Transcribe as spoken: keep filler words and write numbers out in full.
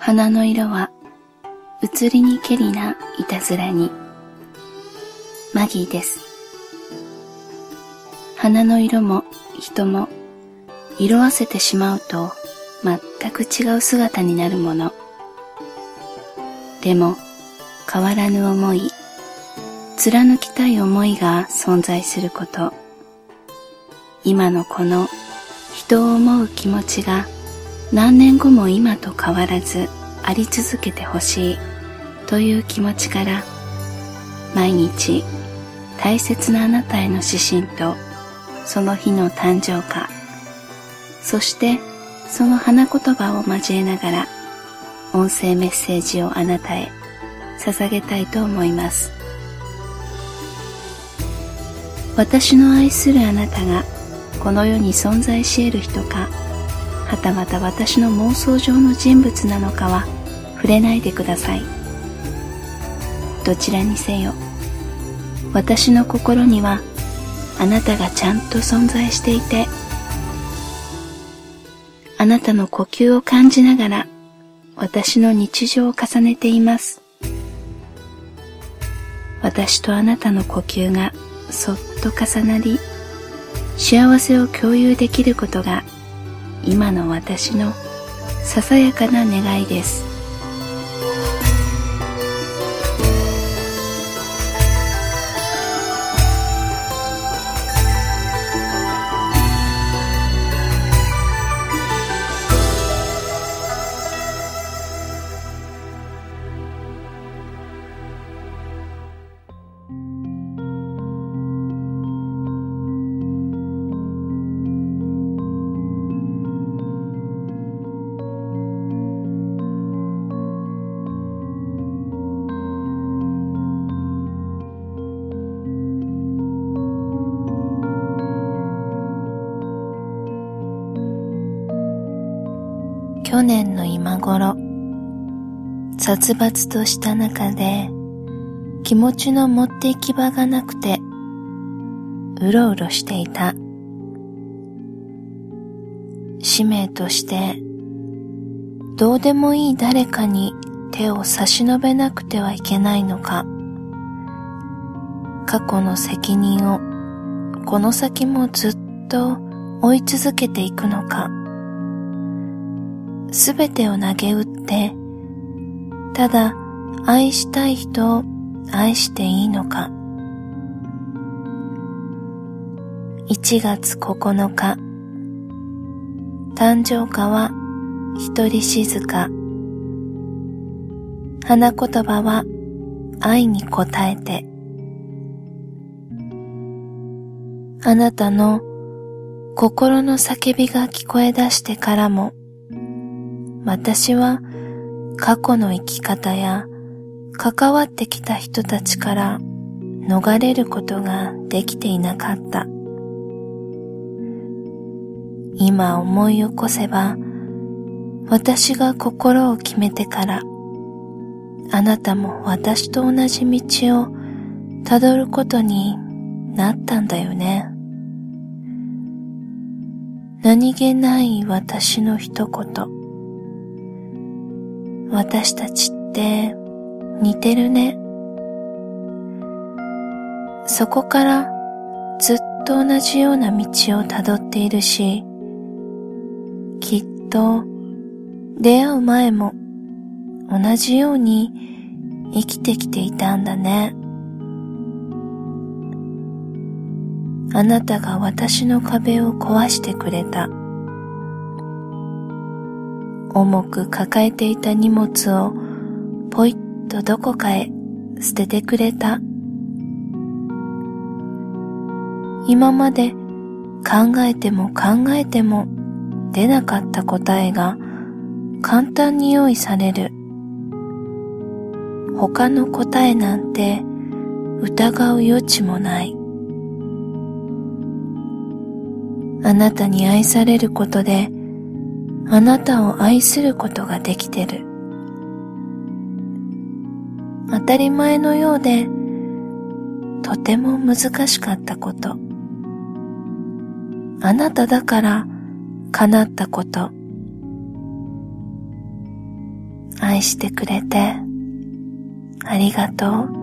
花の色は移りにけりないたずらに。マギーです。花の色も人も色あせてしまうと全く違う姿になるもの。でも変わらぬ思い、貫きたい思いが存在すること。今のこの人を思う気持ちが何年後も今と変わらずあり続けてほしいという気持ちから、毎日大切なあなたへの指針とその日の誕生花、そしてその花言葉を交えながら音声メッセージをあなたへ捧げたいと思います。私の愛するあなたがこの世に存在し得る人か、はたまた私の妄想上の人物なのかは触れないでください。どちらにせよ、私の心にはあなたがちゃんと存在していて、あなたの呼吸を感じながら私の日常を重ねています。私とあなたの呼吸がそっと重なり、幸せを共有できることが今の私のささやかな願いです。去年の今頃、殺伐とした中で気持ちの持って行き場がなくてうろうろしていた。使命としてどうでもいい誰かに手を差し伸べなくてはいけないのか、過去の責任をこの先もずっと追い続けていくのか、すべてを投げ打って、ただ愛したい人を愛していいのか。いちがつここのか、誕生花は一人静か。花言葉は愛に応えて。あなたの心の叫びが聞こえ出してからも、私は過去の生き方や関わってきた人たちから逃れることができていなかった。今思い起こせば、私が心を決めてから、あなたも私と同じ道をたどることになったんだよね。何気ない私の一言。私たちって似てるね。そこからずっと同じような道をたどっているし、きっと出会う前も同じように生きてきていたんだね。あなたが私の壁を壊してくれた。重く抱えていた荷物をポイッとどこかへ捨ててくれた。今まで考えても考えても出なかった答えが簡単に用意される。他の答えなんて疑う余地もない。あなたに愛されることであなたを愛することができてる。当たり前のようでとても難しかったこと。あなただから叶ったこと。 愛してくれてありがとう。